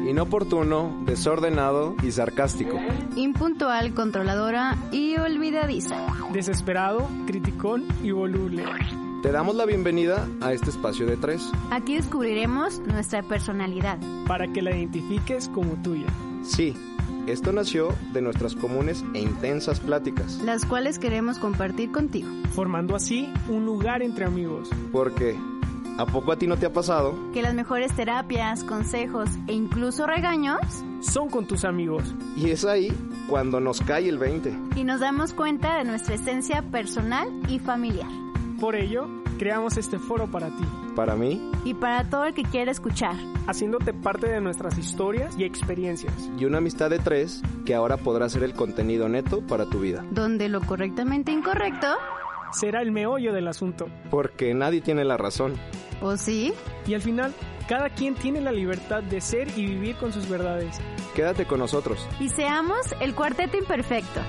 inoportuno, desordenado y sarcástico. Impuntual, controladora y olvidadiza. Desesperado, criticón y voluble. Te damos la bienvenida a este espacio de 3. Aquí descubriremos nuestra personalidad, para que la identifiques como tuya. Sí, esto nació de nuestras comunes e intensas pláticas. las cuales queremos compartir contigo. Formando así un lugar entre amigos. Porque, ¿a poco a ti no te ha pasado? Que las mejores terapias, consejos e incluso regaños Son con tus amigos. Y es ahí cuando nos cae el 20. y nos damos cuenta de nuestra esencia personal y familiar. Por ello, creamos este foro para ti, Para mí, Y para todo el que quiera escuchar. haciéndote parte de nuestras historias y experiencias. y una amistad de 3 que ahora podrá ser el contenido neto para tu vida. Donde lo correctamente incorrecto, Será el meollo del asunto. Porque nadie tiene la razón. ¿o sí? Y al final, cada quien tiene la libertad de ser y vivir con sus verdades. Quédate con nosotros. Y seamos el cuarteto imperfecto.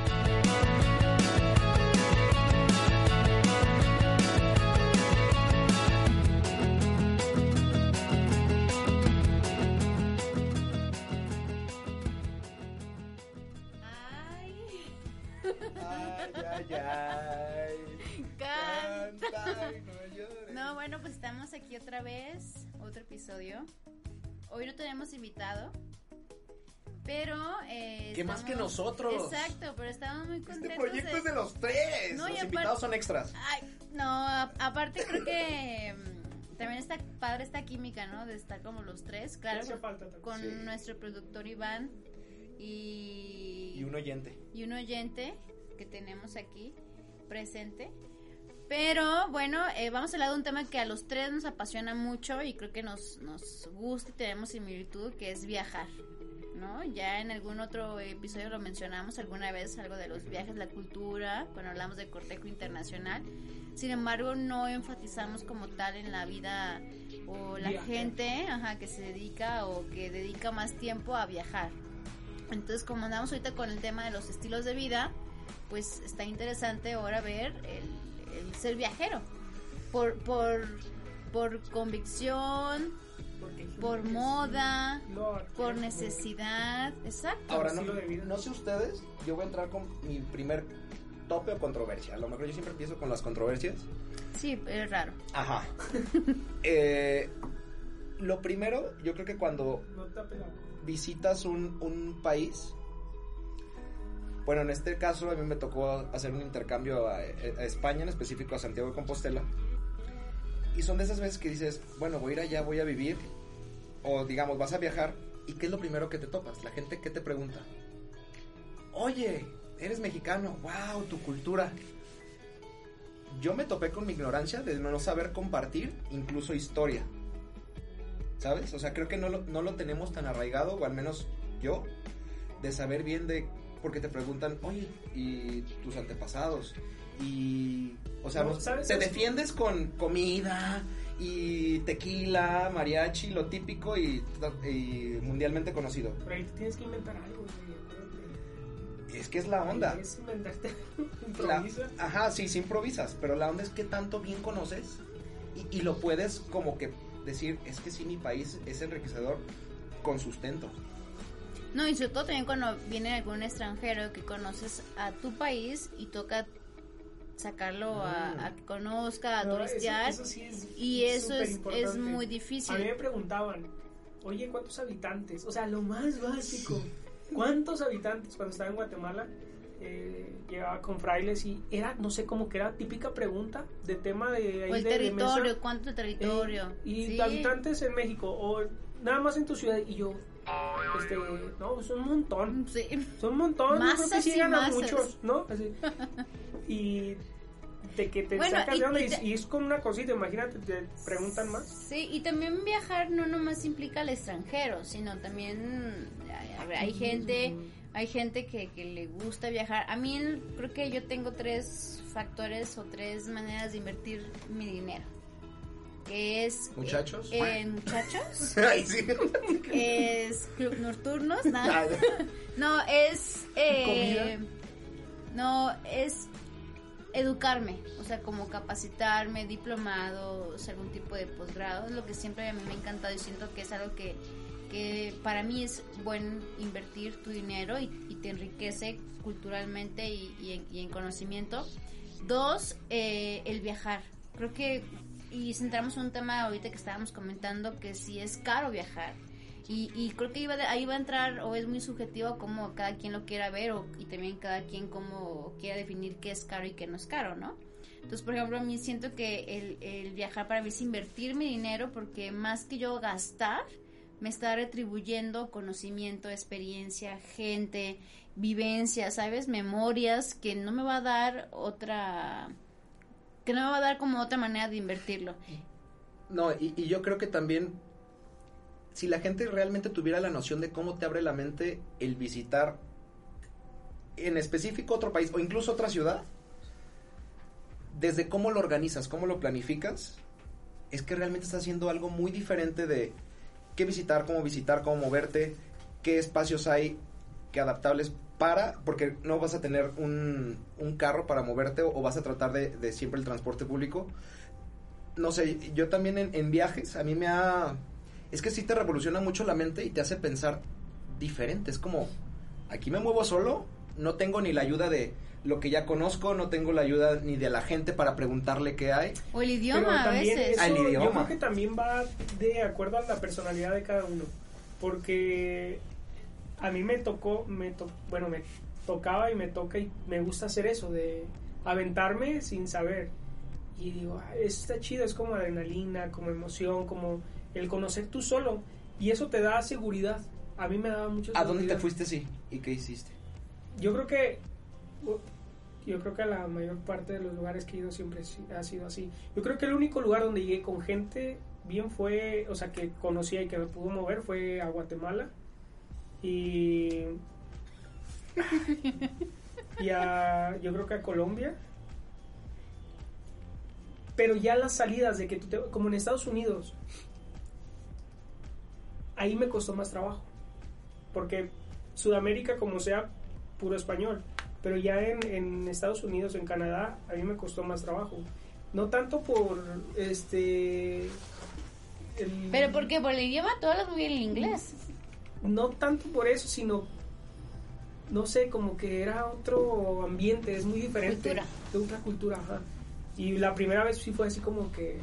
No, bueno, pues estamos aquí otra vez, otro episodio. Hoy no tenemos invitado, pero ¿Qué más que nosotros? Exacto, pero estamos muy contentos. Este proyecto es de los 3. No, y Los aparte- invitados son extras. Ay, no, aparte creo que también está padre esta química, ¿no? De estar como los tres, claro, Hacía falta también. con Sí. nuestro productor Iván Y un oyente. y un oyente que tenemos aquí presente. Pero bueno, vamos a hablar de un tema que a los tres nos apasiona mucho y creo que nos gusta y tenemos similitud, que es viajar, ¿no? Ya en algún otro episodio lo mencionamos alguna vez, algo de los viajes, la cultura, cuando hablamos de cortejo internacional. Sin embargo, no enfatizamos como tal en la vida o la Viajar. gente que se dedica o que dedica más tiempo a viajar. Entonces, como andamos ahorita con el tema de los estilos de vida, pues está interesante ahora ver el ser viajero por convicción, por moda, por necesidad, exacto. Ahora, Estilo de vida. no sé ustedes, yo voy a entrar con mi primer tope o controversia. A lo mejor yo siempre empiezo con las controversias. Sí, es raro. Ajá. Lo primero, yo creo que cuando No te apela. visitas un país, bueno, en este caso a mí me tocó hacer un intercambio a España, en específico a Santiago de Compostela, y son de esas veces que dices, bueno, voy a ir allá, voy a vivir, o digamos, vas a viajar, ¿y qué es lo primero que te topas? La gente, ¿qué te pregunta? Oye, eres mexicano, wow, tu cultura. Yo me topé con mi ignorancia de no saber compartir incluso historia, ¿sabes? O sea, creo que no lo tenemos tan arraigado, o al menos yo, de saber bien de... Porque te preguntan, oye, ¿y tus antepasados? Y... O sea, No, ¿sabes? te defiendes con comida y tequila, mariachi, lo típico y mundialmente conocido. Pero ahí te tienes que inventar algo, güey, acuérdate. Es que es la onda. Es inventarte. La- Improvisa. Ajá, sí improvisas, pero la onda es que tanto bien conoces y lo puedes como que decir, es que sí, mi país es enriquecedor con sustento. No, y sobre todo también cuando viene algún extranjero que conoces a tu país y toca sacarlo a que conozca, a No, turistear, eso sí es y eso es superimportante. muy A mí difícil. me preguntaban, oye, ¿cuántos habitantes? O sea, lo más básico. ¿Cuántos habitantes? Cuando estaba en Guatemala, llegaba con frailes y era, no sé, como que era típica pregunta de tema de... ahí O el de territorio, mesa. ¿cuánto territorio? Y Sí. habitantes en México, o nada más en tu ciudad, y yo, no, pues un montón. Sí. Son un montón, yo creo que Masas sí y llegan a masas. muchos, ¿no? Así. Y de que te Bueno, sacas y- de onda y te- y es con una cosita, imagínate, te preguntan más. Sí, y también viajar no nomás implica al extranjero, sino también hay gente que le gusta viajar. A mí creo que yo tengo 3 factores o 3 maneras de invertir mi dinero. Que es... ¿Muchachos? Muchachos. Ay, sí. Es club nocturnos, ¿no? Ah, No, es... ¿Comida? No, es educarme, o sea, como capacitarme, diplomados, algún tipo de posgrado, es lo que siempre a mí me ha encantado y siento que es algo que porque para mí es buen invertir tu dinero y te enriquece culturalmente y en conocimiento. 2, el viajar. Creo que, y centramos en un tema ahorita que estábamos comentando, que sí es caro viajar. Y creo que ahí va a entrar, o es muy subjetivo como cada quien lo quiera ver, y también cada quien como quiera definir qué es caro y qué no es caro, ¿no? Entonces, por ejemplo, a mí siento que el viajar para mí es invertir mi dinero, porque más que yo gastar, me está retribuyendo conocimiento, experiencia, gente, vivencia, ¿sabes? Memorias que no me va a dar como otra manera de invertirlo. No, y yo creo que también, si la gente realmente tuviera la noción de cómo te abre la mente el visitar en específico otro país o incluso otra ciudad, desde cómo lo organizas, cómo lo planificas, es que realmente estás haciendo algo muy diferente de qué visitar, cómo moverte, qué espacios hay que adaptables porque no vas a tener un carro para moverte o vas a tratar de siempre el transporte público. No sé, yo también en viajes, a mí es que sí te revoluciona mucho la mente y te hace pensar diferente. Es como, aquí me muevo solo, no tengo ni la ayuda de lo que ya conozco, no tengo la ayuda ni de la gente para preguntarle qué hay. O el idioma a veces. Eso, el idioma. Yo creo que también va de acuerdo a la personalidad de cada uno. Porque a mí me tocaba y me toca y me gusta hacer eso, de aventarme sin saber. Y digo, eso está chido, es como adrenalina, como emoción, como el conocer tú solo, y eso te da seguridad. A mí me daba mucha seguridad. ¿A dónde te fuiste, sí? ¿Y qué hiciste? Yo creo que a la mayor parte de los lugares que he ido siempre ha sido así. Yo creo que el único lugar donde llegué con gente bien fue, o sea, que conocía y que me pudo mover, fue a Guatemala y yo creo que a Colombia. Pero ya las salidas de que como en Estados Unidos, ahí me costó más trabajo, porque Sudamérica como sea puro español, pero ya en Estados Unidos, en Canadá, a mí me costó más trabajo, no tanto por ¿Pero por qué? ¿Por el idioma? Tú hablas muy bien el inglés. No tanto por eso, sino, no sé, como que era otro ambiente, es muy diferente. Cultura. De otra cultura, ajá. Y la primera vez sí fue así como que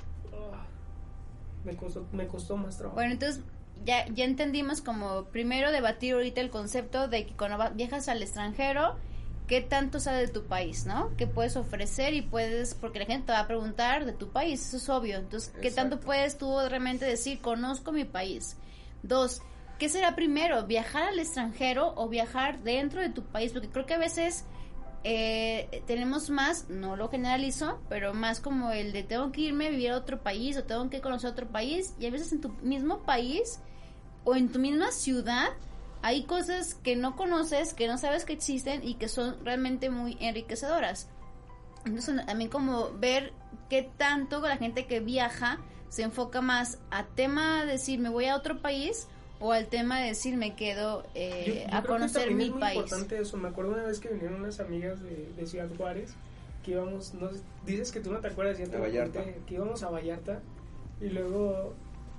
me costó más trabajo. Bueno, entonces ya entendimos como primero debatir ahorita el concepto de que cuando viajas al extranjero, ¿qué tanto sabe de tu país, no? ¿Qué puedes ofrecer y porque la gente te va a preguntar de tu país, eso es obvio. Entonces, ¿qué tanto puedes tú realmente decir, conozco mi país? 2, ¿qué será primero, viajar al extranjero o viajar dentro de tu país? Porque creo que a veces tenemos más, no lo generalizo, pero más como el de tengo que irme a vivir a otro país o tengo que conocer otro país, y a veces en tu mismo país o en tu misma ciudad hay cosas que no conoces, que no sabes que existen y que son realmente muy enriquecedoras. Entonces también como ver qué tanto la gente que viaja se enfoca más a tema de decir me voy a otro país o al tema de decir me quedo a conocer mi país. Es muy importante eso. Me acuerdo una vez que vinieron unas amigas de Ciudad Juárez, que íbamos, dices que tú no te acuerdas, de Vallarta, que íbamos a Vallarta, y luego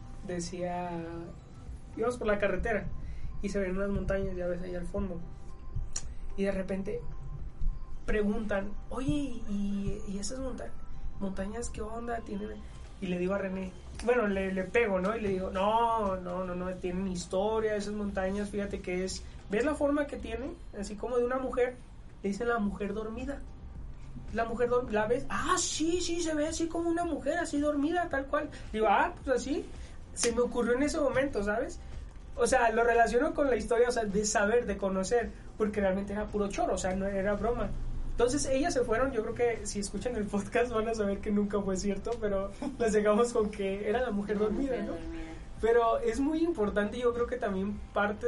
íbamos por la carretera y se ven unas montañas, ya ves ahí al fondo, y de repente preguntan, oye, ¿y esas montañas qué onda tienen? Y le digo a René, bueno, le pego, ¿no? Y le digo, no, tienen historia esas montañas, fíjate que ¿ves la forma que tienen? Así como de una mujer, le dicen la mujer dormida. ¿La ves? Ah, sí, se ve así como una mujer, así dormida, tal cual. Digo, pues así, se me ocurrió en ese momento, ¿sabes? O sea, lo relaciono con la historia, o sea, de saber, de conocer, porque realmente era puro choro, o sea, no era broma. Entonces ellas se fueron, yo creo que si escuchan el podcast van a saber que nunca fue cierto, pero les dejamos con que era la mujer dormida, ¿no? Pero es muy importante, yo creo que también parte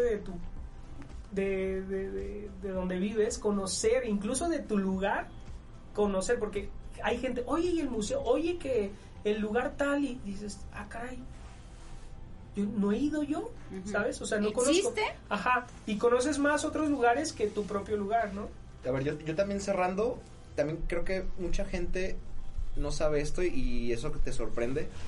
de donde vives, conocer, incluso de tu lugar, conocer, porque hay gente, oye, y el museo, oye, que el lugar tal, y dices, caray, yo no he ido yo, ¿sabes? O sea, no conozco. ¿Existe? Ajá, y conoces más otros lugares que tu propio lugar, ¿no? A ver, yo también cerrando, también creo que mucha gente no sabe esto y eso que te sorprende.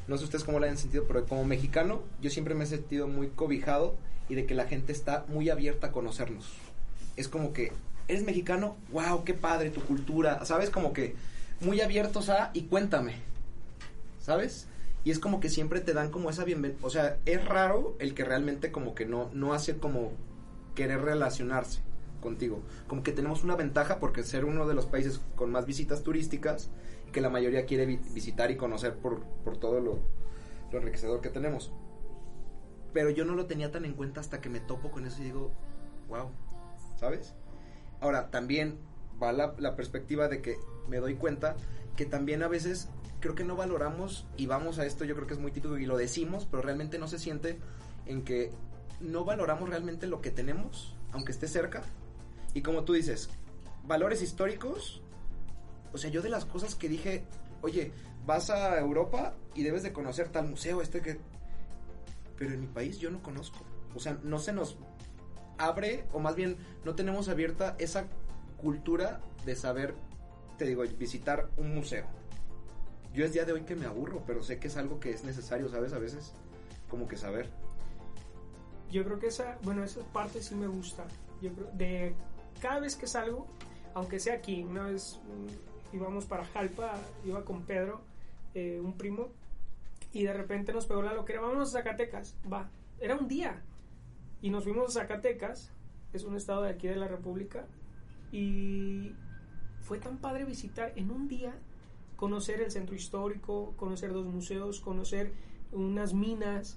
no sé ustedes cómo lo hayan sentido, pero como mexicano yo siempre me he sentido muy cobijado y de que la gente está muy abierta a conocernos. Es como que, ¿eres mexicano? ¡Wow, qué padre tu cultura! ¿Sabes? Como que muy abiertos a, y cuéntame, ¿sabes? Y es como que siempre te dan como esa bienvenida. O sea, es raro el que realmente como que no hace como querer relacionarse contigo. Como que tenemos una ventaja porque ser uno de los países con más visitas turísticas y que la mayoría quiere visitar y conocer por todo lo enriquecedor que tenemos. Pero yo no lo tenía tan en cuenta hasta que me topo con eso y digo, wow, ¿sabes? Ahora, también va la perspectiva de que me doy cuenta que también a veces creo que no valoramos, y vamos a esto, yo creo que es muy típico y lo decimos, pero realmente no se siente, en que no valoramos realmente lo que tenemos, aunque esté cerca. Y como tú dices, valores históricos, o sea, yo de las cosas que dije, oye, vas a Europa y debes de conocer tal museo, pero en mi país yo no conozco. O sea, no se nos abre, o más bien no tenemos abierta esa cultura de saber, te digo, visitar un museo. Yo es día de hoy que me aburro, pero sé que es algo que es necesario, ¿sabes? A veces, como que saber. Yo creo que esa parte sí me gusta. Yo creo, de cada vez que salgo, aunque sea aquí, una vez íbamos para Jalpa, iba con Pedro, un primo, y de repente nos pegó la loquera, vámonos a Zacatecas, era un día, y nos fuimos a Zacatecas, es un estado de aquí de la República, y fue tan padre visitar en un día, conocer el centro histórico, conocer 2 museos, conocer unas minas,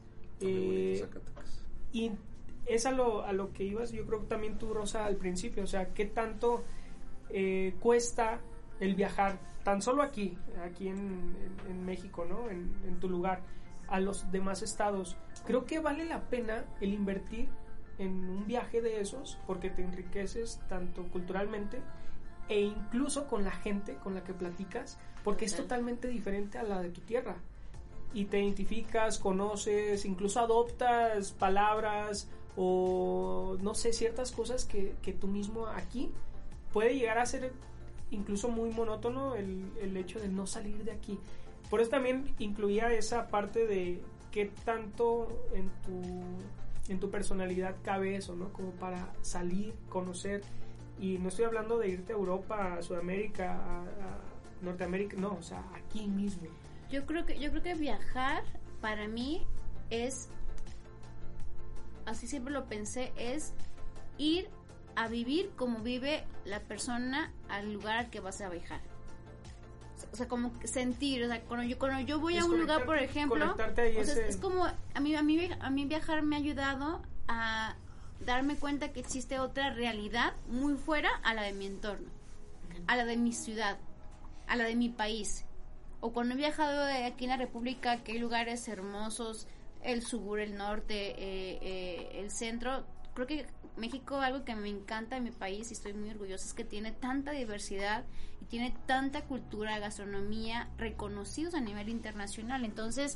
y es a lo que ibas, yo creo que también tú, Rosa, al principio, o sea, qué tanto cuesta el viajar, tan solo aquí en México, ¿no? En tu lugar, a los demás estados. Creo que vale la pena el invertir en un viaje de esos, porque te enriqueces tanto culturalmente e incluso con la gente con la que platicas, porque es totalmente diferente a la de tu tierra, y te identificas, conoces, incluso adoptas palabras o no sé, ciertas cosas que tú mismo aquí puede llegar a ser incluso muy monótono el hecho de no salir de aquí. Por eso también incluía esa parte de qué tanto en tu personalidad cabe eso, ¿no? Como para salir, conocer. Y no estoy hablando de irte a Europa, a Sudamérica, a Norteamérica, no, o sea, aquí mismo. Yo creo que viajar para mí es, así siempre lo pensé, es ir a vivir como vive la persona al lugar al que vas a viajar. O sea, como sentir, o sea, cuando yo voy a un lugar, por ejemplo, o sea, es como a mí viajar me ha ayudado a darme cuenta que existe otra realidad muy fuera a la de mi entorno, a la de mi ciudad, a la de mi país. O cuando he viajado de aquí en la República, que hay lugares hermosos, el sur, el norte, el centro. Creo que México, algo que me encanta de mi país y estoy muy orgullosa, es que tiene tanta diversidad y tiene tanta cultura, gastronomía, reconocidos a nivel internacional. Entonces,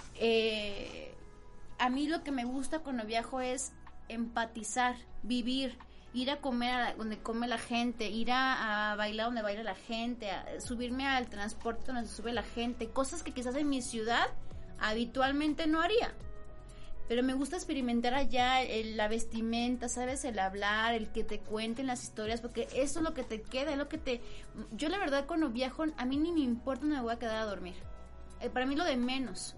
a mí lo que me gusta cuando viajo es empatizar, vivir, ir a comer a donde come la gente, ir a bailar donde baila la gente, a subirme al transporte donde se sube la gente, cosas que quizás en mi ciudad habitualmente no haría. Pero me gusta experimentar allá la vestimenta, ¿sabes? El hablar, el que te cuenten las historias, porque eso es lo que te queda, es lo que te... Yo la verdad cuando viajo, a mí ni me importa dónde me voy a quedar a dormir. Para mí lo de menos.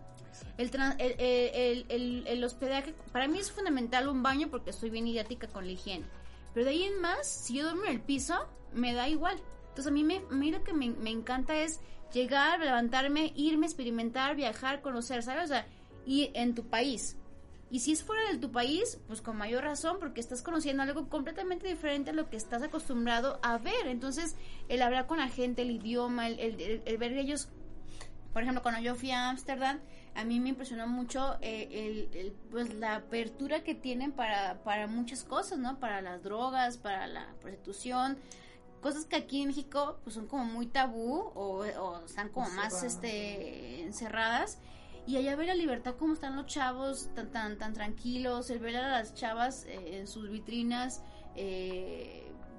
El hospedaje, para mí es fundamental un baño porque soy bien idiática con la higiene. Pero de ahí en más, si yo duermo en el piso, me da igual. Entonces a mí lo que me encanta es llegar, levantarme, irme, experimentar, viajar, conocer, ¿sabes? O sea, y en tu país. Y si es fuera de tu país, pues con mayor razón, porque estás conociendo algo completamente diferente a lo que estás acostumbrado a ver. Entonces, el hablar con la gente, el idioma, el ver ellos... Por ejemplo, cuando yo fui a Ámsterdam, a mí me impresionó mucho pues la apertura que tienen para muchas cosas, ¿no? Para las drogas, para la prostitución, cosas que aquí en México pues son como muy tabú o están como más encerradas. Y allá ver la libertad, cómo están los chavos tan tranquilos, el ver a las chavas en sus vitrinas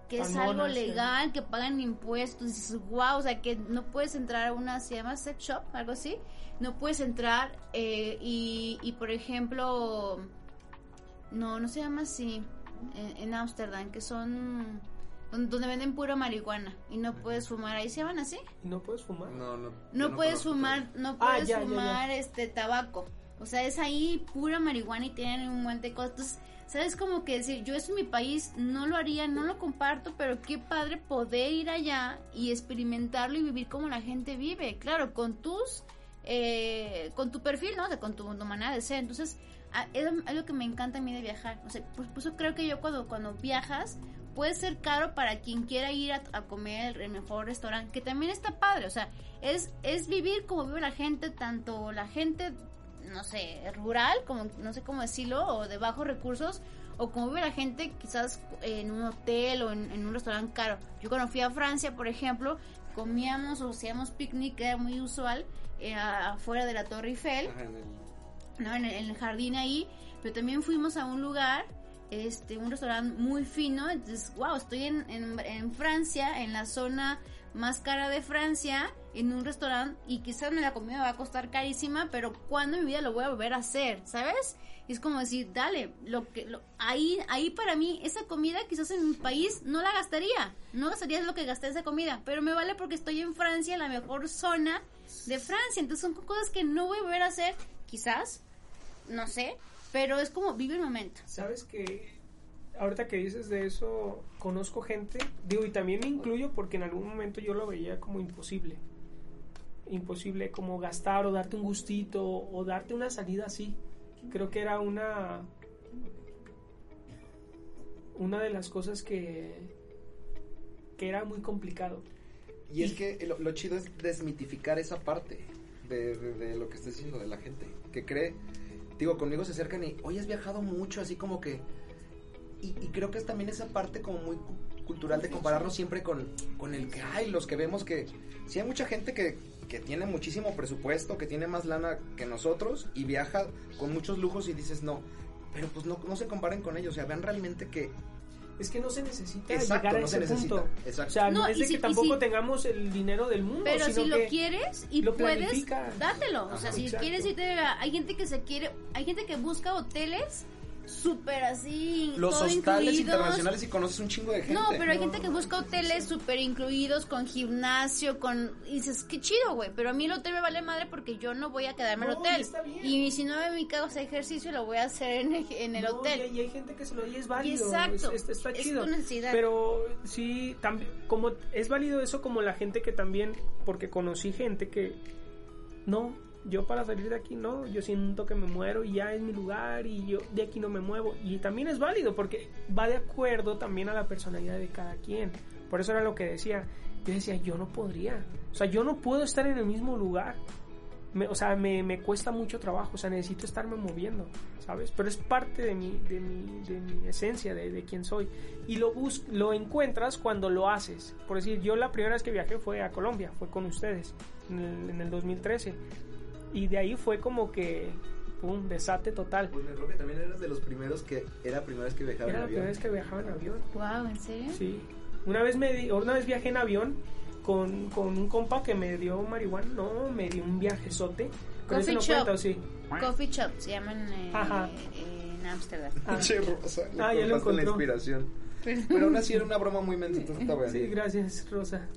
que es Salmonas, algo legal, que pagan impuestos, y dices, wow, o sea, que no puedes entrar a una, se llama sex shop, algo así, no puedes entrar y por ejemplo, no se llama así, en Ámsterdam, que son donde venden pura marihuana y no puedes fumar, ahí se llaman así. ¿Y no puedes fumar? No puedes fumar, no puedes ya. fumar tabaco. O sea, es ahí pura marihuana y tienen un montón de cosas. Entonces, ¿sabes? Como que decir, yo eso en mi país no lo haría, no lo comparto, pero qué padre poder ir allá y experimentarlo y vivir como la gente vive. Claro, con tu perfil, ¿no? O sea, con tu manera de ser. Entonces, es algo que me encanta a mí de viajar. O sea, por eso creo que yo cuando viajas, puede ser caro para quien quiera ir a comer el mejor restaurante, que también está padre. O sea, es vivir como vive la gente, tanto la gente, no sé, rural, como no sé cómo decirlo, o de bajos recursos, o como vive la gente quizás en un hotel o en un restaurante caro. Yo cuando fui a Francia, por ejemplo, comíamos o hacíamos picnic, que era muy usual, afuera de la Torre Eiffel, ¿no? En el jardín ahí, pero también fuimos a un lugar, un restaurante muy fino. Entonces, wow, estoy en Francia, en la zona más cara de Francia, en un restaurante, y quizás la comida me va a costar carísima, pero ¿cuándo en mi vida lo voy a volver a hacer? ¿Sabes? Y es como decir, dale, ahí para mí, esa comida quizás en mi país no la gastaría, no gastaría lo que gasté esa comida, pero me vale porque estoy en Francia, la mejor zona de Francia. Entonces son cosas que no voy a volver a hacer, quizás, no sé, pero es como vive el momento. ¿Sabes que ahorita que dices de eso, conozco gente, digo, y también me incluyo porque en algún momento yo lo veía como imposible como gastar o darte un gustito o darte una salida así? Creo que era una de las cosas que era muy complicado. Y es que lo chido es desmitificar esa parte de lo que estás diciendo, de la gente que cree, digo, conmigo se acercan y, oye, has viajado mucho, así como que, y creo que es también esa parte como muy cultural de compararnos siempre con el que hay, los que vemos que sí hay mucha gente que tiene muchísimo presupuesto, que tiene más lana que nosotros y viaja con muchos lujos, y dices, no, pero pues no se comparen con ellos, o sea, vean realmente que es que no se necesita exacto, llegar a no ese se necesita. punto. Exacto. O sea, no es de si, que tampoco tengamos el dinero del mundo, pero sino si que lo quieres y lo puedes, planificas. dátelo. O sea, si exacto. quieres irte, hay gente que hay gente que busca hoteles súper así, los todo hostales incluidos. internacionales, y conoces un chingo de gente. No, pero hay gente que busca hoteles súper incluidos, con gimnasio, y dices, qué chido, güey, pero a mí el hotel me vale madre porque yo no voy a quedarme en el hotel. Está bien. Y si no me cago hacer ejercicio, lo voy a hacer en el hotel. Y hay gente que se lo y es válido. Exacto. Está es chido. tu necesidad. Pero sí, también, como es válido eso, como la gente que también, porque conocí gente que no, yo para salir de aquí no, yo siento que me muero y ya es mi lugar y yo de aquí no me muevo, y también es válido porque va de acuerdo también a la personalidad de cada quien. Por eso era lo que decía, yo decía, yo no podría, o sea, yo no puedo estar en el mismo lugar, me cuesta mucho trabajo, o sea, necesito estarme moviendo, ¿sabes? Pero es parte de mi esencia, de quién soy, y lo encuentras cuando lo haces. Por decir, yo la primera vez que viajé fue a Colombia, fue con ustedes en el 2013, y de ahí fue como que pum, desate total. Pues me creo que también eras de los primeros que era la primera vez que viajaba en avión. Era la primera vez que viajaba en avión. Wow, ¿en serio? Sí. Una vez viajé en avión con un compa que me dio marihuana, no, me dio un viajezote. Coffee shop. Cuento, sí. Coffee shop se llaman en Ámsterdam. Che, Rosa, ya lo la encontró. inspiración. Pero aún así era una broma muy mensa, entonces está bien. Sí, gracias, Rosa.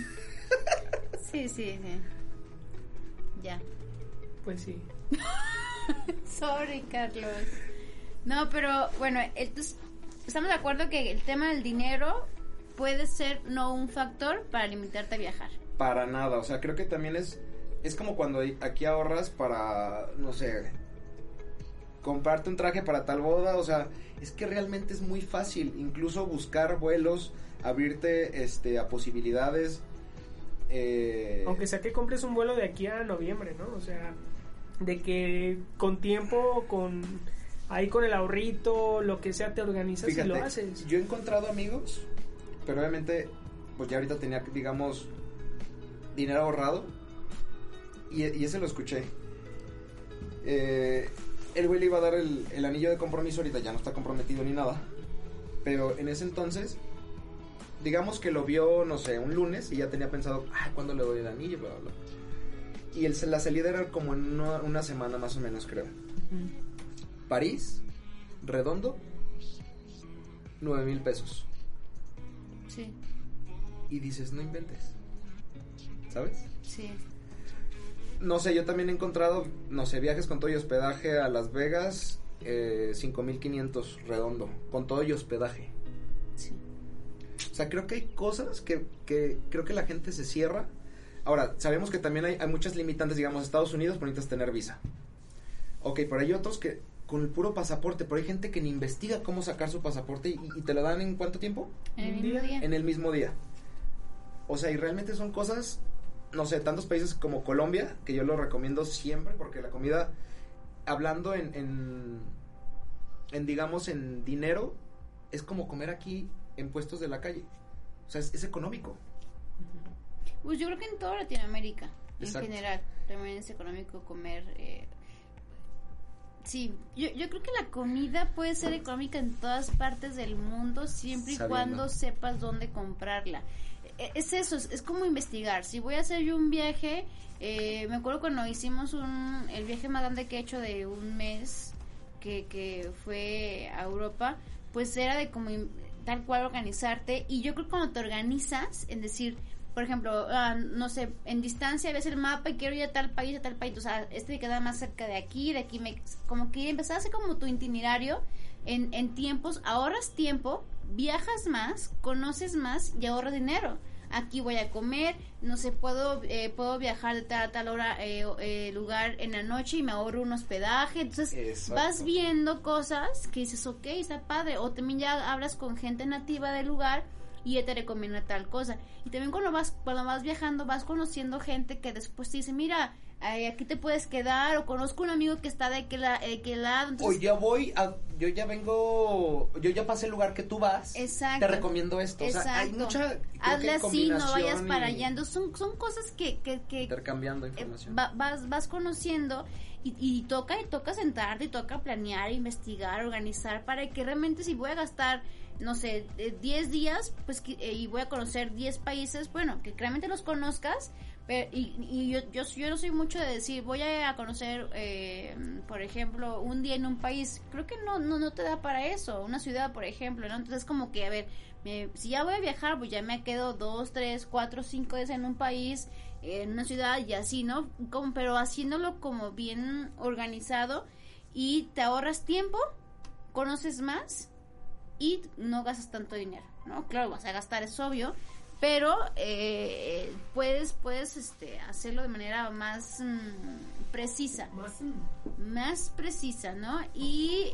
Sí. Ya. Pues sí. Sorry, Carlos. No, pero bueno, entonces estamos de acuerdo que el tema del dinero puede ser no un factor para limitarte a viajar. Para nada, o sea, creo que también es como cuando aquí ahorras para, no sé, comprarte un traje para tal boda, o sea, es que realmente es muy fácil, incluso buscar vuelos, abrirte a posibilidades. Aunque sea que compres un vuelo de aquí a noviembre, ¿no? O sea, de que con tiempo, con el ahorrito, lo que sea, te organizas. Fíjate, y lo haces. Yo he encontrado amigos, pero obviamente pues ya ahorita tenía, digamos, dinero ahorrado, y ese lo escuché. El güey le iba a dar el anillo de compromiso, ahorita ya no está comprometido ni nada, pero en ese entonces digamos que lo vio, no sé, un lunes y ya tenía pensado, ¿cuándo le doy el anillo? Bla, bla, bla. Y la salida era como en una semana más o menos, creo. París, redondo, 9,000 pesos. Sí. Y dices, no inventes, ¿sabes? Sí. No sé, yo también he encontrado, no sé, viajes con todo y hospedaje a Las Vegas, 5,500 redondo, con todo y hospedaje. Sí. O sea, creo que hay cosas que creo que la gente se cierra. Ahora, sabemos que también hay muchas limitantes, digamos, Estados Unidos, por necesitas tener visa. Ok, pero hay otros que con el puro pasaporte, pero hay gente que ni investiga cómo sacar su pasaporte y te lo dan ¿en cuánto tiempo? En el mismo día. En el mismo día. O sea, y realmente son cosas, no sé, tantos países como Colombia, que yo lo recomiendo siempre, porque la comida, hablando en digamos, en dinero, es como comer aquí en puestos de la calle. O sea, es económico. Pues yo creo que en toda Latinoamérica, Exacto. en general, también es económico comer. Sí, yo creo que la comida puede ser económica en todas partes del mundo, siempre y cuando sepas dónde comprarla. Es eso, es como investigar. Si voy a hacer yo un viaje, me acuerdo cuando hicimos el viaje más grande que he hecho de un mes, que fue a Europa, pues era de como tal cual organizarte. Y yo creo que cuando te organizas, en decir, por ejemplo, no sé, en distancia ves el mapa y quiero ir a tal país, o sea, este queda más cerca de aquí como que empezás a hacer como tu itinerario en tiempos, ahorras tiempo, viajas más, conoces más y ahorras dinero. Aquí voy a comer, no sé, puedo viajar de tal a tal hora, lugar en la noche y me ahorro un hospedaje. Entonces Exacto. vas viendo cosas que dices, ok, está padre. O también ya hablas con gente nativa del lugar y ella te recomienda tal cosa. Y también cuando vas viajando, vas conociendo gente que después te dice, mira, aquí te puedes quedar, o conozco un amigo que está de aquel lado. Entonces, yo ya pasé el lugar que tú vas. Exacto. Te recomiendo esto. Exacto. O sea, hay mucha hazle así, no vayas para y allá. Entonces son cosas que intercambiando información. vas conociendo y toca sentarte y toca planear, investigar, organizar para que realmente si voy a gastar, no sé, 10 días, pues y voy a conocer 10 países, bueno, que realmente los conozcas. Pero, yo no soy mucho de decir voy a conocer por ejemplo un día en un país. Creo que no te da para eso, una ciudad por ejemplo, ¿no? Entonces como que a ver, si ya voy a viajar, pues ya me quedo 2, 3, 4, 5 días en un país, en una ciudad y así, ¿no? Pero haciéndolo como bien organizado y te ahorras tiempo, conoces más y no gastas tanto dinero, ¿no? Claro, vas a gastar, es obvio, pero puedes hacerlo de manera más precisa, más precisa, ¿no? Y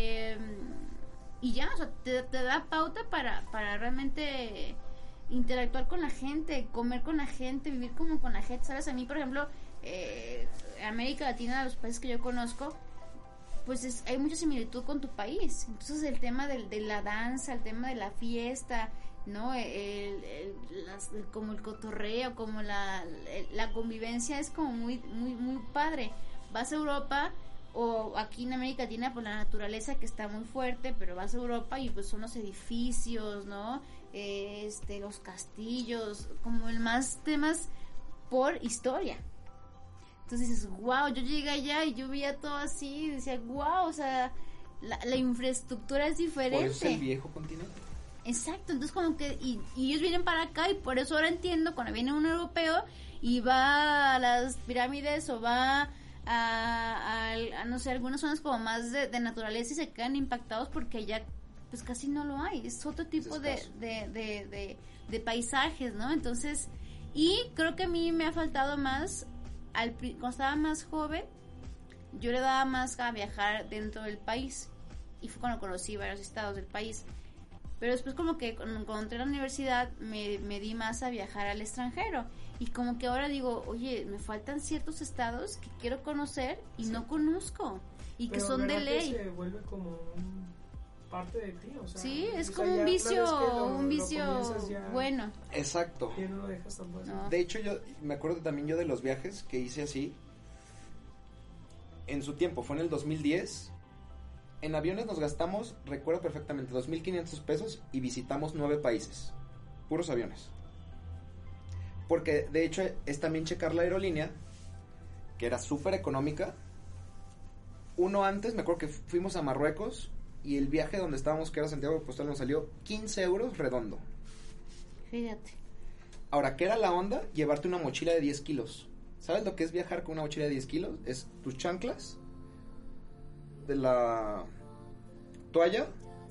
ya, o sea, te da pauta para realmente interactuar con la gente, comer con la gente, vivir como con la gente, ¿sabes? A mí, por ejemplo, América Latina, los países que yo conozco, pues hay mucha similitud con tu país. Entonces el tema de la danza, el tema de la fiesta, ¿no? Como el cotorreo, como la convivencia es como muy muy muy padre. Vas a Europa o aquí en América Latina, pues la naturaleza que está muy fuerte, pero vas a Europa y pues son los edificios, ¿no? Los castillos, como el más temas por historia. Entonces dices, wow, yo llegué allá y yo veía todo así y decía, wow, o sea, la infraestructura es diferente. Por eso es el viejo continente. Exacto, entonces como que y ellos vienen para acá y por eso ahora entiendo cuando viene un europeo y va a las pirámides o va a no sé, algunas zonas como más de naturaleza y se quedan impactados porque allá pues casi no lo hay, es otro tipo de paisajes, ¿no? Entonces, y creo que a mí me ha faltado más, cuando estaba más joven, yo le daba más a viajar dentro del país y fue cuando conocí varios estados del país. Pero después como que cuando entré a la universidad me di más a viajar al extranjero. Y como que ahora digo, oye, me faltan ciertos estados que quiero conocer y no conozco. Y pero que son de ley. Que se vuelve como parte de ti, o sea. Sí, es o sea, como un vicio ya, bueno. Exacto. Ya no lo dejas tan fácil. No. De hecho, yo me acuerdo también yo de los viajes que hice así. En su tiempo, fue en el 2010. En aviones nos gastamos, recuerdo perfectamente, 2,500 pesos y visitamos 9 países. puros aviones. Porque de hecho es también checar la aerolínea, que era súper económica. Uno antes, me acuerdo que fuimos a Marruecos y el viaje donde estábamos, que era Santiago de Compostela, nos salió 15 euros redondo. Fíjate. Ahora, ¿qué era la onda? Llevarte una mochila de 10 kilos. ¿Sabes lo que es viajar con una mochila de 10 kilos? Es tus chanclas, de la toalla,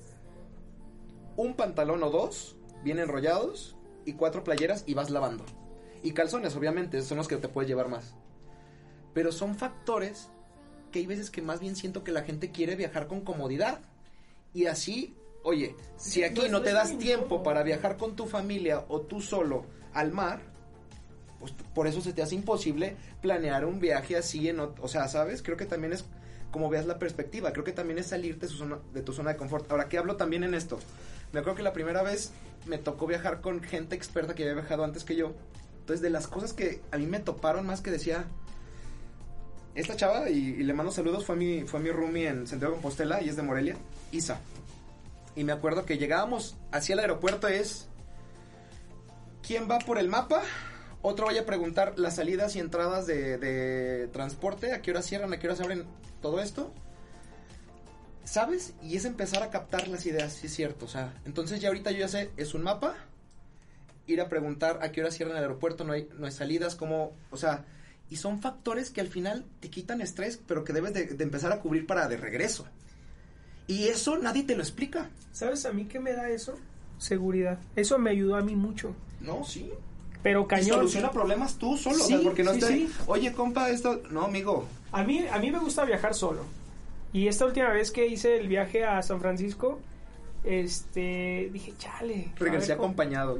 un pantalón o dos, bien enrollados, y 4 playeras y vas lavando. Y calzones, obviamente, son los que te puedes llevar más. Pero son factores que hay veces que más bien siento que la gente quiere viajar con comodidad. Y así, oye, si aquí no te das tiempo para viajar con tu familia o tú solo al mar, pues por eso se te hace imposible planear un viaje así, o sea, ¿sabes? Creo que también es como veas la perspectiva, creo que también es salirte de tu zona de confort. Ahora, ¿qué hablo también en esto? Me acuerdo que la primera vez me tocó viajar con gente experta que había viajado antes que yo. Entonces, de las cosas que a mí me toparon más, que decía, esta chava, y le mando saludos, fue mi roomie en Santiago de Compostela, y es de Morelia, Isa. Y me acuerdo que llegábamos hacia el aeropuerto, ¿quién va por el mapa? Otro vaya a preguntar las salidas y entradas de transporte, a qué hora cierran, a qué hora se abren, todo esto, ¿sabes? Y es empezar a captar las ideas, sí es cierto, o sea, entonces ya ahorita yo ya sé, es un mapa, ir a preguntar a qué hora cierran el aeropuerto, no hay salidas, como, o sea, y son factores que al final te quitan estrés, pero que debes de empezar a cubrir para de regreso. Y eso nadie te lo explica. ¿Sabes a mí qué me da eso? Seguridad. Eso me ayudó a mí mucho. No, sí. Pero cañón. Y soluciona problemas tú solo, Sí, o sea, porque no sí. Oye, compa, esto, no, amigo. A mí me gusta viajar solo. Y esta última vez que hice el viaje a San Francisco, dije, chale. Regresé acompañado.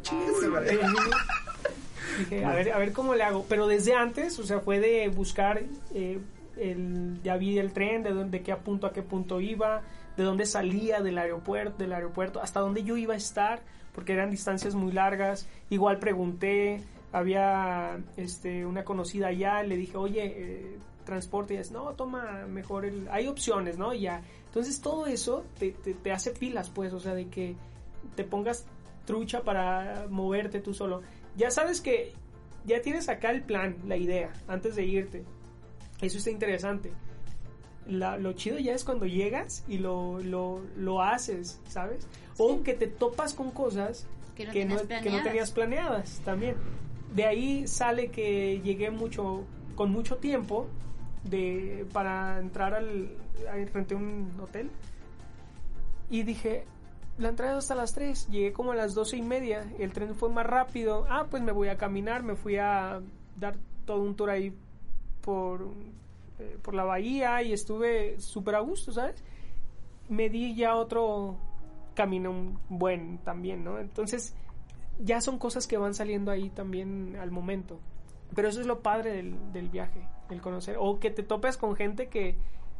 Dije, a ver cómo le hago. Pero desde antes, o sea, fue de buscar, ya vi el tren, de qué punto a qué punto iba, de dónde salía del aeropuerto, hasta dónde yo iba a estar, porque eran distancias muy largas. Igual pregunté, había una conocida allá, le dije, oye, transporte, y es, no, toma mejor hay opciones, ¿no? Ya. Entonces todo eso te hace pilas, pues, o sea, de que te pongas trucha para moverte tú solo. Ya sabes que ya tienes acá el plan, la idea, antes de irte. Eso está interesante. Lo chido ya es cuando llegas y lo haces, ¿sabes? O que te topas con cosas que no tenías planeadas también. De ahí sale que llegué con mucho tiempo para entrar renté un hotel y dije, la entrada es hasta las 3, llegué como a las 12:30, el tren fue más rápido, pues me voy a caminar, me fui a dar todo un tour ahí por la bahía y estuve súper a gusto, ¿sabes? Me di ya otro camino buen también, ¿no? Entonces ya son cosas que van saliendo ahí también al momento, pero eso es lo padre del viaje, el conocer, o que te topes con gente que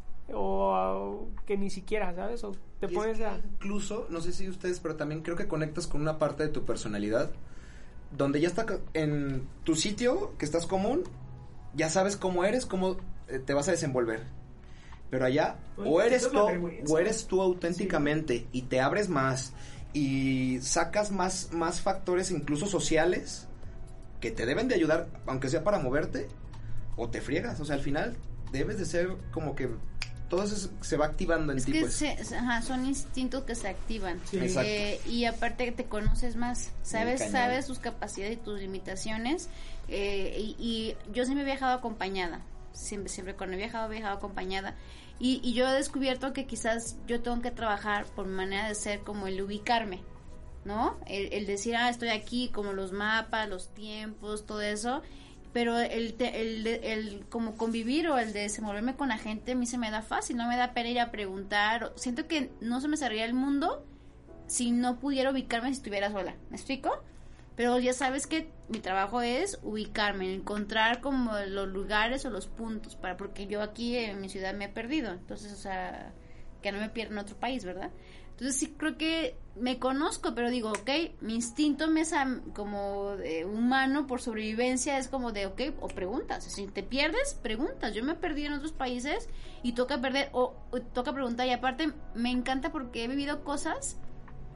ni siquiera, ¿sabes? O te pones a... Incluso, no sé si ustedes, pero también creo que conectas con una parte de tu personalidad donde ya está en tu sitio, que estás común, ya sabes cómo eres, cómo te vas a desenvolver. Pero allá, o eres tú auténticamente, sí, y te abres más y sacas más factores incluso sociales que te deben de ayudar, aunque sea para moverte, o te friegas. O sea, al final debes de ser como que todo eso se va activando en ti, que pues. Son instintos que se activan. Sí. Y aparte te conoces más, sabes tus capacidades y tus limitaciones. Y yo siempre he viajado acompañada, siempre cuando he viajado acompañada, y yo he descubierto que quizás yo tengo que trabajar por mi manera de ser, como el ubicarme, ¿no? El decir, estoy aquí, como los mapas, los tiempos, todo eso. Pero el como convivir o el desenvolverme con la gente a mí se me da fácil, no me da pena ir a preguntar. Siento que no se me cerraría el mundo si no pudiera ubicarme si estuviera sola, ¿me explico? Pero ya sabes que mi trabajo es ubicarme, encontrar como los lugares o los puntos, porque yo aquí en mi ciudad me he perdido, entonces, o sea, que no me pierda en otro país, ¿verdad? Entonces sí creo que me conozco, pero digo, mi instinto como de humano por sobrevivencia es como de, o preguntas, si te pierdes, preguntas. Yo me perdí en otros países y toca perder, o toca preguntar, y aparte me encanta porque he vivido cosas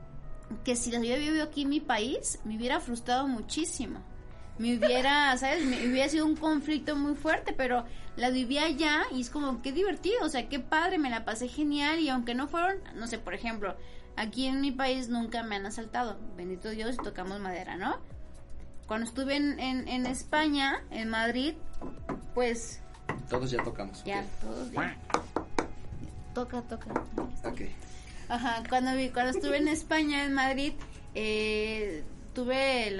que si las hubiera vivido aquí en mi país, me hubiera frustrado muchísimo. Me hubiera, ¿sabes? Me hubiera sido un conflicto muy fuerte, pero la viví allá y es como, qué divertido, o sea, qué padre, me la pasé genial y aunque no fueron, no sé, por ejemplo, aquí en mi país nunca me han asaltado, bendito Dios, y tocamos madera, ¿no? Cuando estuve en España, en Madrid, pues... Todos ya tocamos. Ya, Okay. todos ya. Toca. Ok. Ajá, cuando estuve en España, en Madrid, tuve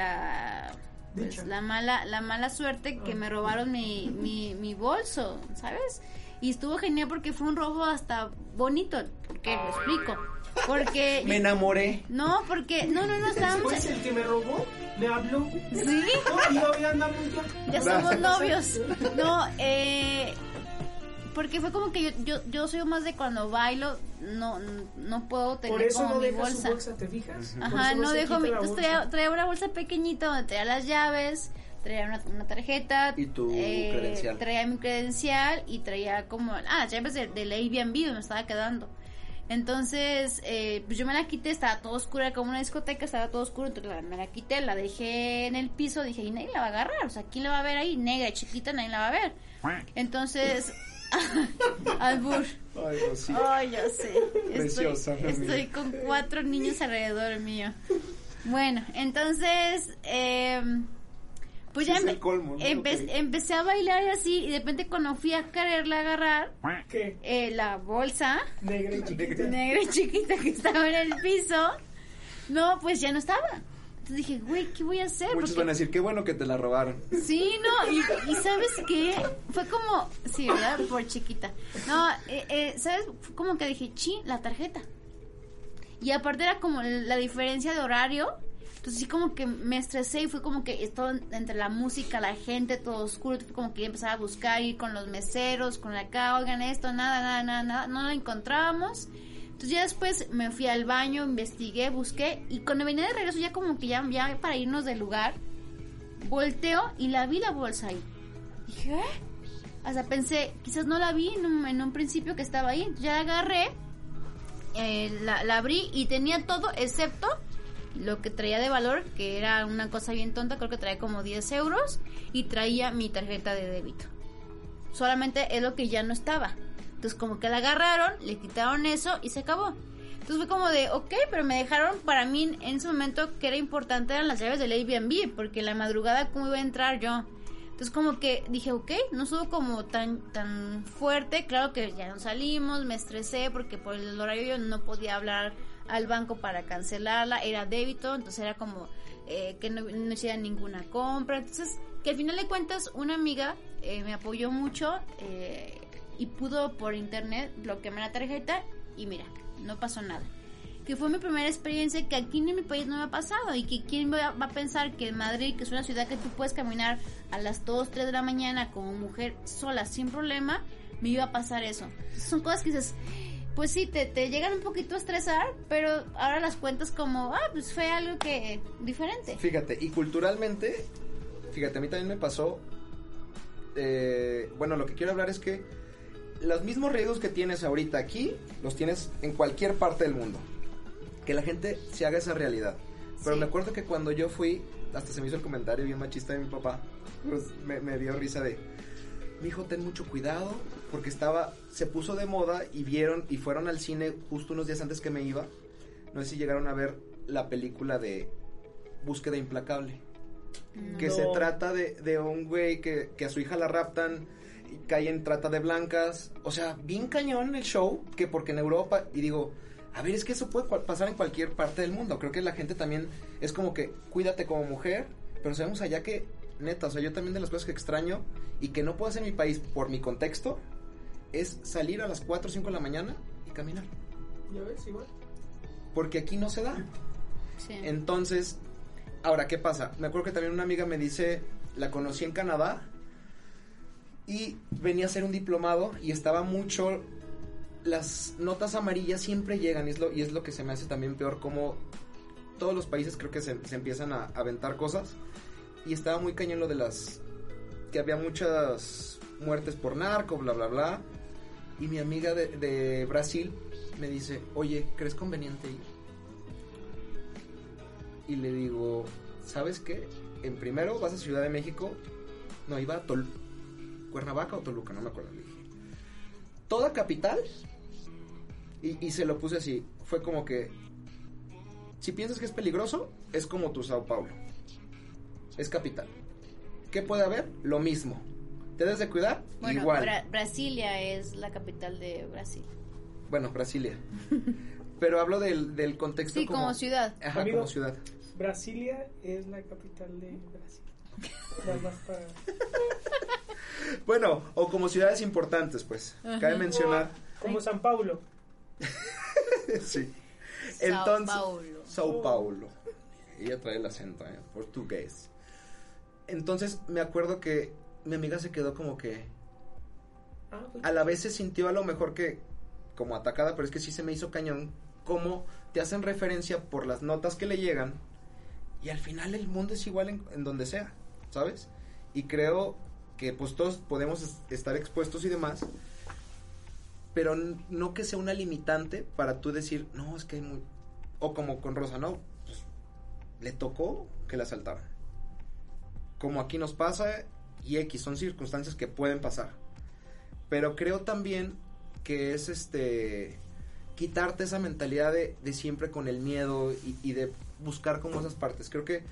la mala suerte que me robaron mi bolso, ¿sabes? Y estuvo genial porque fue un robo hasta bonito, porque lo explico. Porque me enamoré. No, porque no estábamos. Después el que me robó me habló. Sí. No, y hoy andamos ya somos novios. No, porque fue como que yo soy más de cuando bailo, no puedo tener por eso como no mi deja bolsa. su bolsa, ¿te fijas? Ajá, no dejo entonces traía una bolsa pequeñita donde traía las llaves, traía una tarjeta y tu credencial. Traía mi credencial y traía como las llaves del Airbnb donde me estaba quedando. Entonces, pues yo me la quité, estaba todo oscuro, era como una discoteca, estaba todo oscuro, entonces me la quité, la dejé en el piso, dije, y nadie la va a agarrar, o sea, ¿quién la va a ver ahí? Negra, chiquita, nadie la va a ver. Entonces, albur. Ay, no, sí. Ay, ya sé. Preciosa, estoy con 4 niños alrededor mío. Bueno, entonces, pues sí, ya es el colmo, ¿no? empecé a bailar así y de repente cuando fui a quererla agarrar, ¿qué? La bolsa Negra y chiquita que estaba en el piso, no, pues ya no estaba. Entonces dije, güey, ¿qué voy a hacer? Muchos van a decir, qué bueno que te la robaron. Sí, no, y ¿sabes qué? Fue como, sí, ¿verdad? Por chiquita. No, ¿sabes? Fue como que dije, la tarjeta. Y aparte era como la diferencia de horario. Entonces sí como que me estresé y fue como que todo entre la música, la gente, todo oscuro. Fue como que empezaba a buscar, ir con los meseros, con la acá, oigan esto, nada, no la encontrábamos. Entonces ya después me fui al baño, investigué, busqué y cuando venía de regreso ya como que ya para irnos del lugar, volteo y la vi la bolsa ahí. Dije, hasta pensé, quizás no la vi en un principio que estaba ahí. Ya la agarré, la abrí y tenía todo excepto lo que traía de valor, que era una cosa bien tonta, creo que traía como 10 euros y traía mi tarjeta de débito. Solamente es lo que ya no estaba. Entonces como que la agarraron, le quitaron eso y se acabó. Entonces fue como de, ok, pero me dejaron, para mí en ese momento que era importante eran las llaves del Airbnb, porque en la madrugada cómo iba a entrar yo. Entonces como que dije, ok, no estuvo como tan fuerte, claro que ya no salimos, me estresé porque por el horario yo no podía hablar al banco para cancelarla, era débito, entonces era como que no hiciera ninguna compra. Entonces que al final de cuentas una amiga me apoyó mucho y pudo por internet bloquearme la tarjeta y mira, no pasó nada. Que fue mi primera experiencia que aquí en mi país no me ha pasado y que quién va a pensar que en Madrid, que es una ciudad que tú puedes caminar a las 2, 3 de la mañana como mujer sola sin problema, me iba a pasar eso. Son cosas que dices, pues sí, te llegan un poquito a estresar, pero ahora las cuentas como, pues fue algo que diferente. Fíjate, y culturalmente, a mí también me pasó, bueno, lo que quiero hablar es que los mismos riesgos que tienes ahorita aquí, los tienes en cualquier parte del mundo. Que la gente se haga esa realidad. Pero sí. Me acuerdo que cuando yo fui, hasta se me hizo el comentario bien machista de mi papá, pues me dio risa de, mijo, ten mucho cuidado, porque se puso de moda y fueron al cine justo unos días antes que me iba. No sé si llegaron a ver la película de Búsqueda Implacable. No. Que se trata de un güey que a su hija la raptan, y cae en trata de blancas. O sea, bien cañón el show, que porque en Europa, y digo, a ver, es que eso puede pasar en cualquier parte del mundo. Creo que la gente también es como que cuídate como mujer, pero sabemos allá que, neta, o sea, yo también de las cosas que extraño y que no puedo hacer en mi país por mi contexto, es salir a las 4 o 5 de la mañana y caminar. ¿Ya ves? Igual. Porque aquí no se da. Sí. Entonces, ahora, ¿qué pasa? Me acuerdo que también una amiga me dice, la conocí en Canadá y venía a hacer un diplomado y estaba mucho... Las notas amarillas siempre llegan y es lo que se me hace también peor, como todos los países creo que se empiezan a aventar cosas y estaba muy cañón lo de que había muchas muertes por narco, bla bla bla, y mi amiga de Brasil me dice, oye, ¿crees conveniente ir? y le digo, ¿sabes qué? En primero vas a Ciudad de México, no, iba a Cuernavaca o Toluca, no me acuerdo, le dije. Toda capital, y se lo puse así, fue como que, si piensas que es peligroso, es como tu Sao Paulo, es capital. ¿Qué puede haber? Lo mismo. ¿Te debes de cuidar? Bueno, igual. Brasilia es la capital de Brasil. Bueno, Brasilia. Pero hablo del contexto sí, como ciudad. Ajá, Amigo, como ciudad. Brasilia es la capital de Brasil. Nada más para... Bueno, o como ciudades importantes, pues. Cabe mencionar. Como San Paulo. Sí. Sao Paulo. Ella trae el acento, portugués. Entonces, me acuerdo que mi amiga se quedó como que... a la vez se sintió a lo mejor que como atacada, pero es que sí se me hizo cañón cómo te hacen referencia por las notas que le llegan y al final el mundo es igual en donde sea, ¿sabes? Y creo que pues todos podemos estar expuestos y demás, pero no que sea una limitante para tú decir, no, es que hay muy... O como con Rosa, no, pues le tocó que la asaltaran. Como aquí nos pasa, y X, son circunstancias que pueden pasar. Pero creo también que es quitarte esa mentalidad de siempre con el miedo y de buscar como esas partes. Creo que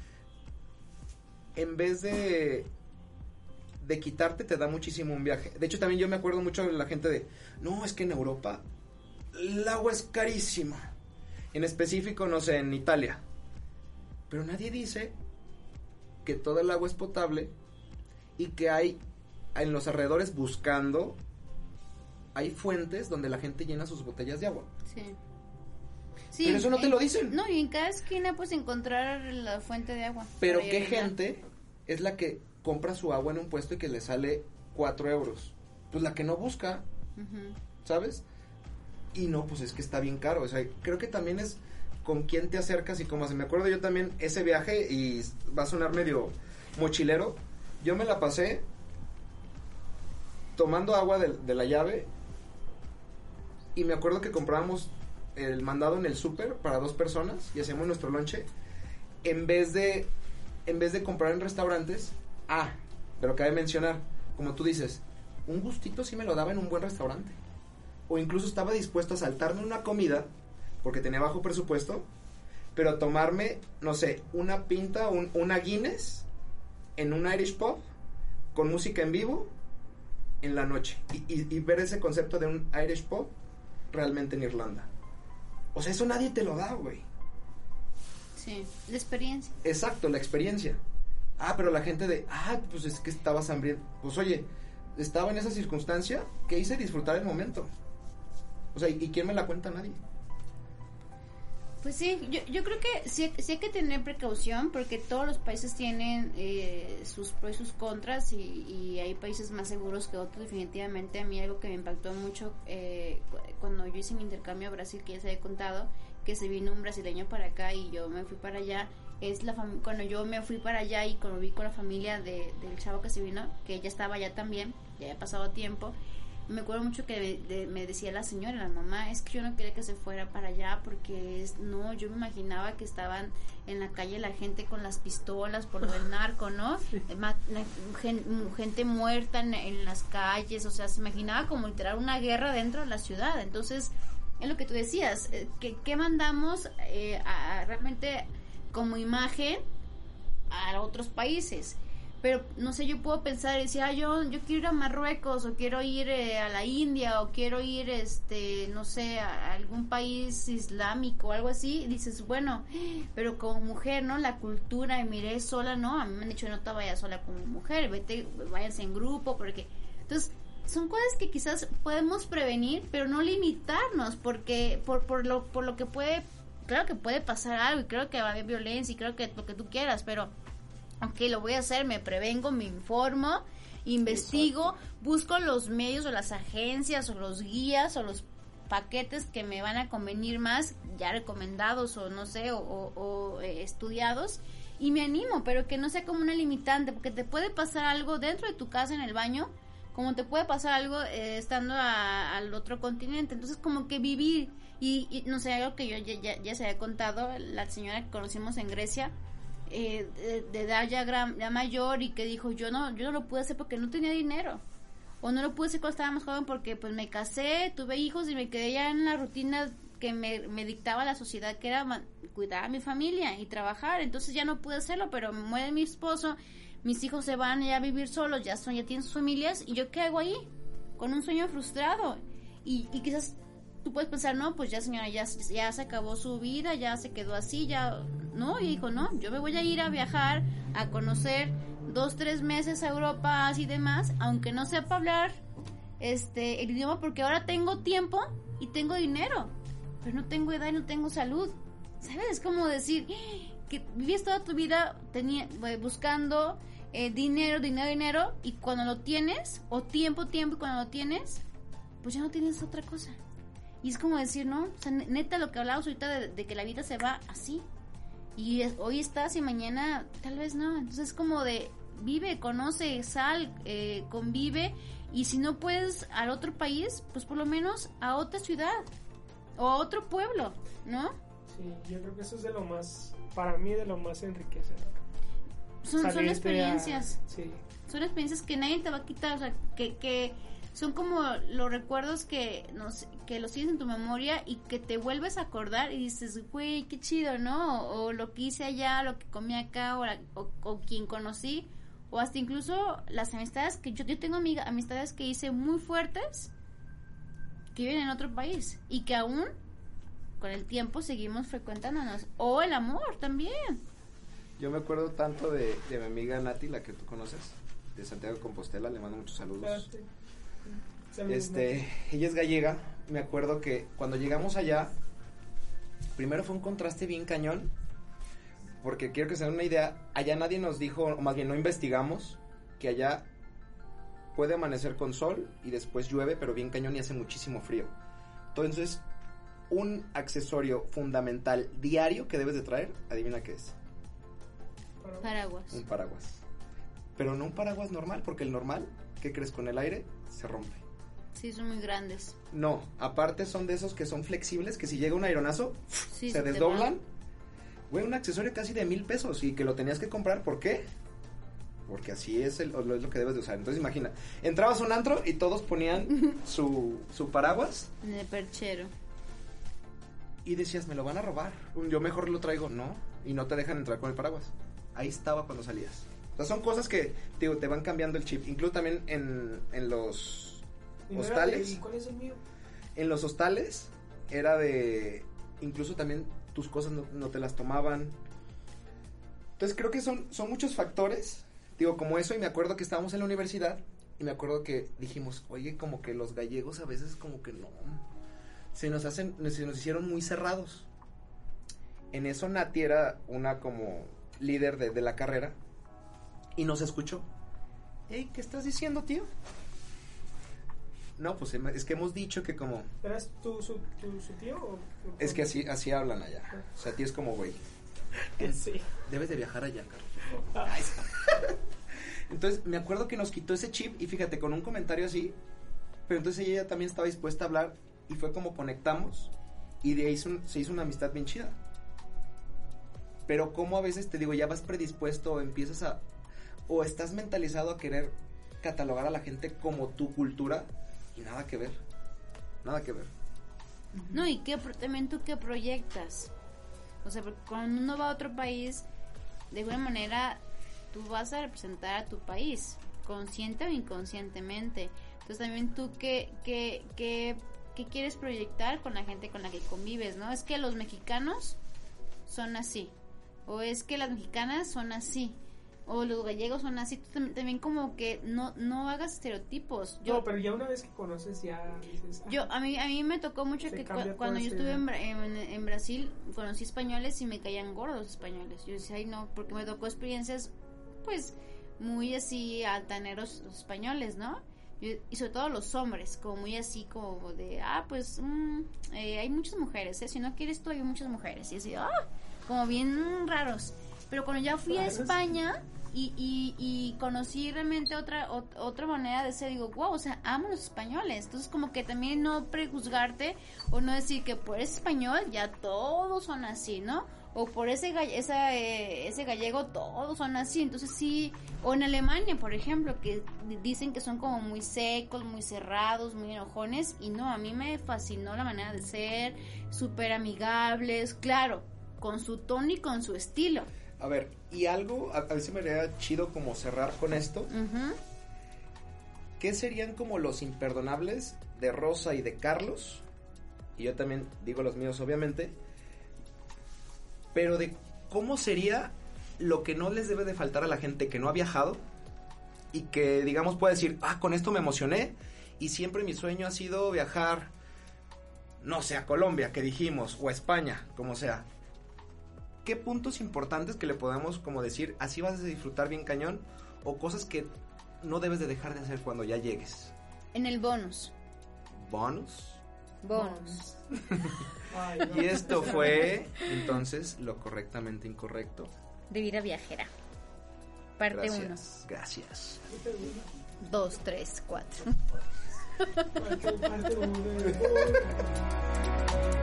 en vez de quitarte te da muchísimo un viaje. De hecho también yo me acuerdo mucho de la gente de, no, es que en Europa el agua es carísima. En específico, no sé, en Italia. Pero nadie dice que toda el agua es potable y que hay en los alrededores buscando, hay fuentes donde la gente llena sus botellas de agua. Sí. Sí, pero eso no te lo dicen. No, y en cada esquina puedes encontrar la fuente de agua. Pero qué gente es la que compra su agua en un puesto y que le sale 4 euros. Pues la que no busca, ¿sabes? Y no, pues es que está bien caro. O sea, creo que también es con quién te acercas y como se me acuerdo yo también ese viaje, y va a sonar medio mochilero, yo me la pasé tomando agua de la llave y me acuerdo que comprábamos el mandado en el súper para 2 personas y hacíamos nuestro lonche en vez de comprar en restaurantes. Pero cabe mencionar, como tú dices, un gustito sí me lo daba en un buen restaurante, o incluso estaba dispuesto a saltarme una comida porque tenía bajo presupuesto, pero tomarme, no sé, una pinta, una Guinness en un Irish pub con música en vivo en la noche y ver ese concepto de un Irish pub realmente en Irlanda. O sea, eso nadie te lo da, güey. Sí, la experiencia. Exacto, la experiencia. Pero la gente de, pues es que estabas hambriento. Pues oye, estaba en esa circunstancia que hice disfrutar el momento. O sea, ¿y quién me la cuenta? Nadie. Pues sí, yo creo que sí hay que tener precaución porque todos los países tienen sus pros y sus contras y hay países más seguros que otros. Definitivamente a mí algo que me impactó mucho cuando yo hice mi intercambio a Brasil, que ya se había contado, que se vino un brasileño para acá y yo me fui para allá, cuando yo me fui para allá y conviví con la familia del chavo que se vino, que ya estaba allá también, ya había pasado tiempo. Me acuerdo mucho que me decía la señora, la mamá, es que yo no quería que se fuera para allá porque no, yo me imaginaba que estaban en la calle la gente con las pistolas por lo del narco, ¿no? Sí. Gente muerta en las calles, o sea, se imaginaba como literal una guerra dentro de la ciudad. Entonces, es lo que tú decías, ¿qué mandamos realmente como imagen a otros países? Pero no sé, yo puedo pensar y decir, yo quiero ir a Marruecos, o quiero ir a la India, o quiero ir no sé, a algún país islámico o algo así, y dices, bueno, pero como mujer, ¿no? La cultura, me iré sola, ¿no? A mí me han dicho, no te vayas sola como mujer, váyanse en grupo, porque... Entonces, son cosas que quizás podemos prevenir, pero no limitarnos, porque por lo que puede, claro que puede pasar algo, y creo que va a haber violencia, y creo que lo que tú quieras, pero... Ok, lo voy a hacer, me prevengo, me informo, investigo, busco los medios o las agencias o los guías o los paquetes que me van a convenir más, ya recomendados o no sé, o estudiados, y me animo, pero que no sea como una limitante, porque te puede pasar algo dentro de tu casa en el baño como te puede pasar algo estando al otro continente. Entonces como que vivir y no sé, algo que yo ya se había contado, la señora que conocimos en Grecia, de edad ya mayor, y que dijo, yo no lo pude hacer porque no tenía dinero, o no lo pude hacer cuando estaba más joven porque pues me casé, tuve hijos y me quedé ya en la rutina que me dictaba la sociedad, que era cuidar a mi familia y trabajar. Entonces ya no pude hacerlo, pero me muere mi esposo, mis hijos se van ya a vivir solos, ya tienen sus familias, y yo qué hago ahí con un sueño frustrado. Y quizás tú puedes pensar, no, pues ya señora, ya se acabó su vida, ya se quedó así, ya no. Y dijo, no, yo me voy a ir a viajar, a conocer 2-3 meses a Europa y demás, aunque no sepa hablar el idioma, porque ahora tengo tiempo y tengo dinero, pero no tengo edad y no tengo salud. ¿Sabes? Es como decir que vives toda tu vida buscando dinero, y cuando lo tienes, o tiempo, y cuando lo tienes, pues ya no tienes otra cosa. Y es como decir, ¿no? O sea, neta, lo que hablábamos ahorita de que la vida se va así. Y hoy estás y mañana tal vez no. Entonces es como de vive, conoce, sal, convive. Y si no puedes al otro país, pues por lo menos a otra ciudad o a otro pueblo, ¿no? Sí, yo creo que eso es de lo más, para mí, de lo más enriquecedor. Son experiencias. Sí. Son experiencias que nadie te va a quitar, o sea, que son como los recuerdos que los tienes en tu memoria y que te vuelves a acordar y dices, güey, qué chido, ¿no? O lo que hice allá, lo que comí acá, o quien conocí, o hasta incluso las amistades que yo tengo amistades que hice muy fuertes que viven en otro país y que aún con el tiempo seguimos frecuentándonos. O el amor también. Yo me acuerdo tanto de mi amiga Nati, la que tú conoces, de Santiago de Compostela, le mando muchos saludos. Ella es gallega. Me acuerdo que cuando llegamos allá, primero fue un contraste bien cañón, porque quiero que se den una idea, allá nadie nos dijo, o más bien no investigamos, que allá puede amanecer con sol y después llueve, pero bien cañón y hace muchísimo frío. Entonces, un accesorio fundamental diario que debes de traer, adivina qué es. Paraguas. Un paraguas. Pero no un paraguas normal, porque el normal, ¿qué crees? Con el aire se rompe. Sí, son muy grandes. No, aparte son de esos que son flexibles, que si llega un aironazo, sí, se desdoblan. Güey, un accesorio casi de $1,000 y que lo tenías que comprar, ¿por qué? Porque así es lo que debes de usar. Entonces imagina, entrabas a un antro y todos ponían su paraguas. De perchero. Y decías, me lo van a robar. Yo mejor lo traigo. No, y no te dejan entrar con el paraguas. Ahí estaba cuando salías. O sea, son cosas que te van cambiando el chip. Incluso también en los hostales. ¿Y cuál es el mío? En los hostales era de... Incluso también tus cosas no te las tomaban. Entonces creo que son muchos factores. Como eso, y me acuerdo que estábamos en la universidad y me acuerdo que dijimos, oye, como que los gallegos a veces como que no... Se nos hicieron muy cerrados. En eso Nati era una como líder de la carrera y nos escuchó. Hey, ¿qué estás diciendo, tío? No, pues es que hemos dicho que como... ¿Eras tú su tío? ¿O es que así hablan allá. O sea, tío es como güey. Sí. Debes de viajar allá, Carlos. Entonces me acuerdo que nos quitó ese chip y fíjate, con un comentario así, pero entonces ella también estaba dispuesta a hablar y fue como conectamos y de ahí se hizo una amistad bien chida. Pero como a veces te digo, ya vas predispuesto o empiezas o estás mentalizado a querer catalogar a la gente como tu cultura y nada que ver. No, y también tú qué proyectas. O sea, porque cuando uno va a otro país, de alguna manera tú vas a representar a tu país, consciente o inconscientemente. Entonces también tú qué quieres proyectar con la gente con la que convives, ¿no? Es que los mexicanos son así, o es que las mexicanas son así, o los gallegos son así. Tú también como que no hagas estereotipos. No, pero ya una vez que conoces ya dices... A mí me tocó mucho que cuando yo estuve en Brasil conocí españoles y me caían gordos los españoles. Yo decía, ay no, porque me tocó experiencias pues muy así altaneros los españoles, ¿no? Y sobre todo los hombres, como muy así como de, pues hay muchas mujeres, si no quieres tú hay muchas mujeres, y así, como bien raros. Pero cuando ya fui a España y conocí realmente otra manera de ser, digo, wow, o sea, amo a los españoles. Entonces, como que también no prejuzgarte o no decir que por ese español ya todos son así, ¿no? O por ese gallego todos son así. Entonces sí, o en Alemania, por ejemplo, que dicen que son como muy secos, muy cerrados, muy enojones, y no, a mí me fascinó la manera de ser, súper amigables, claro, con su tono y con su estilo. A ver, y algo, a veces me haría chido como cerrar con esto. Uh-huh. ¿Qué serían como los imperdonables de Rosa y de Carlos? Y yo también digo los míos, obviamente. Pero de cómo sería lo que no les debe de faltar a la gente que no ha viajado y que, digamos, puede decir, con esto me emocioné y siempre mi sueño ha sido viajar, no sé, a Colombia, que dijimos, o a España, como sea. ¿Qué puntos importantes que le podemos como decir, así vas a disfrutar bien cañón, o cosas que no debes de dejar de hacer cuando ya llegues? En el bonus. ¿Bonus? Bonus. Ay, no. Y esto fue, entonces, lo correctamente incorrecto. De vida viajera. Parte 1. Gracias. 2, 3, 4. Parte uno.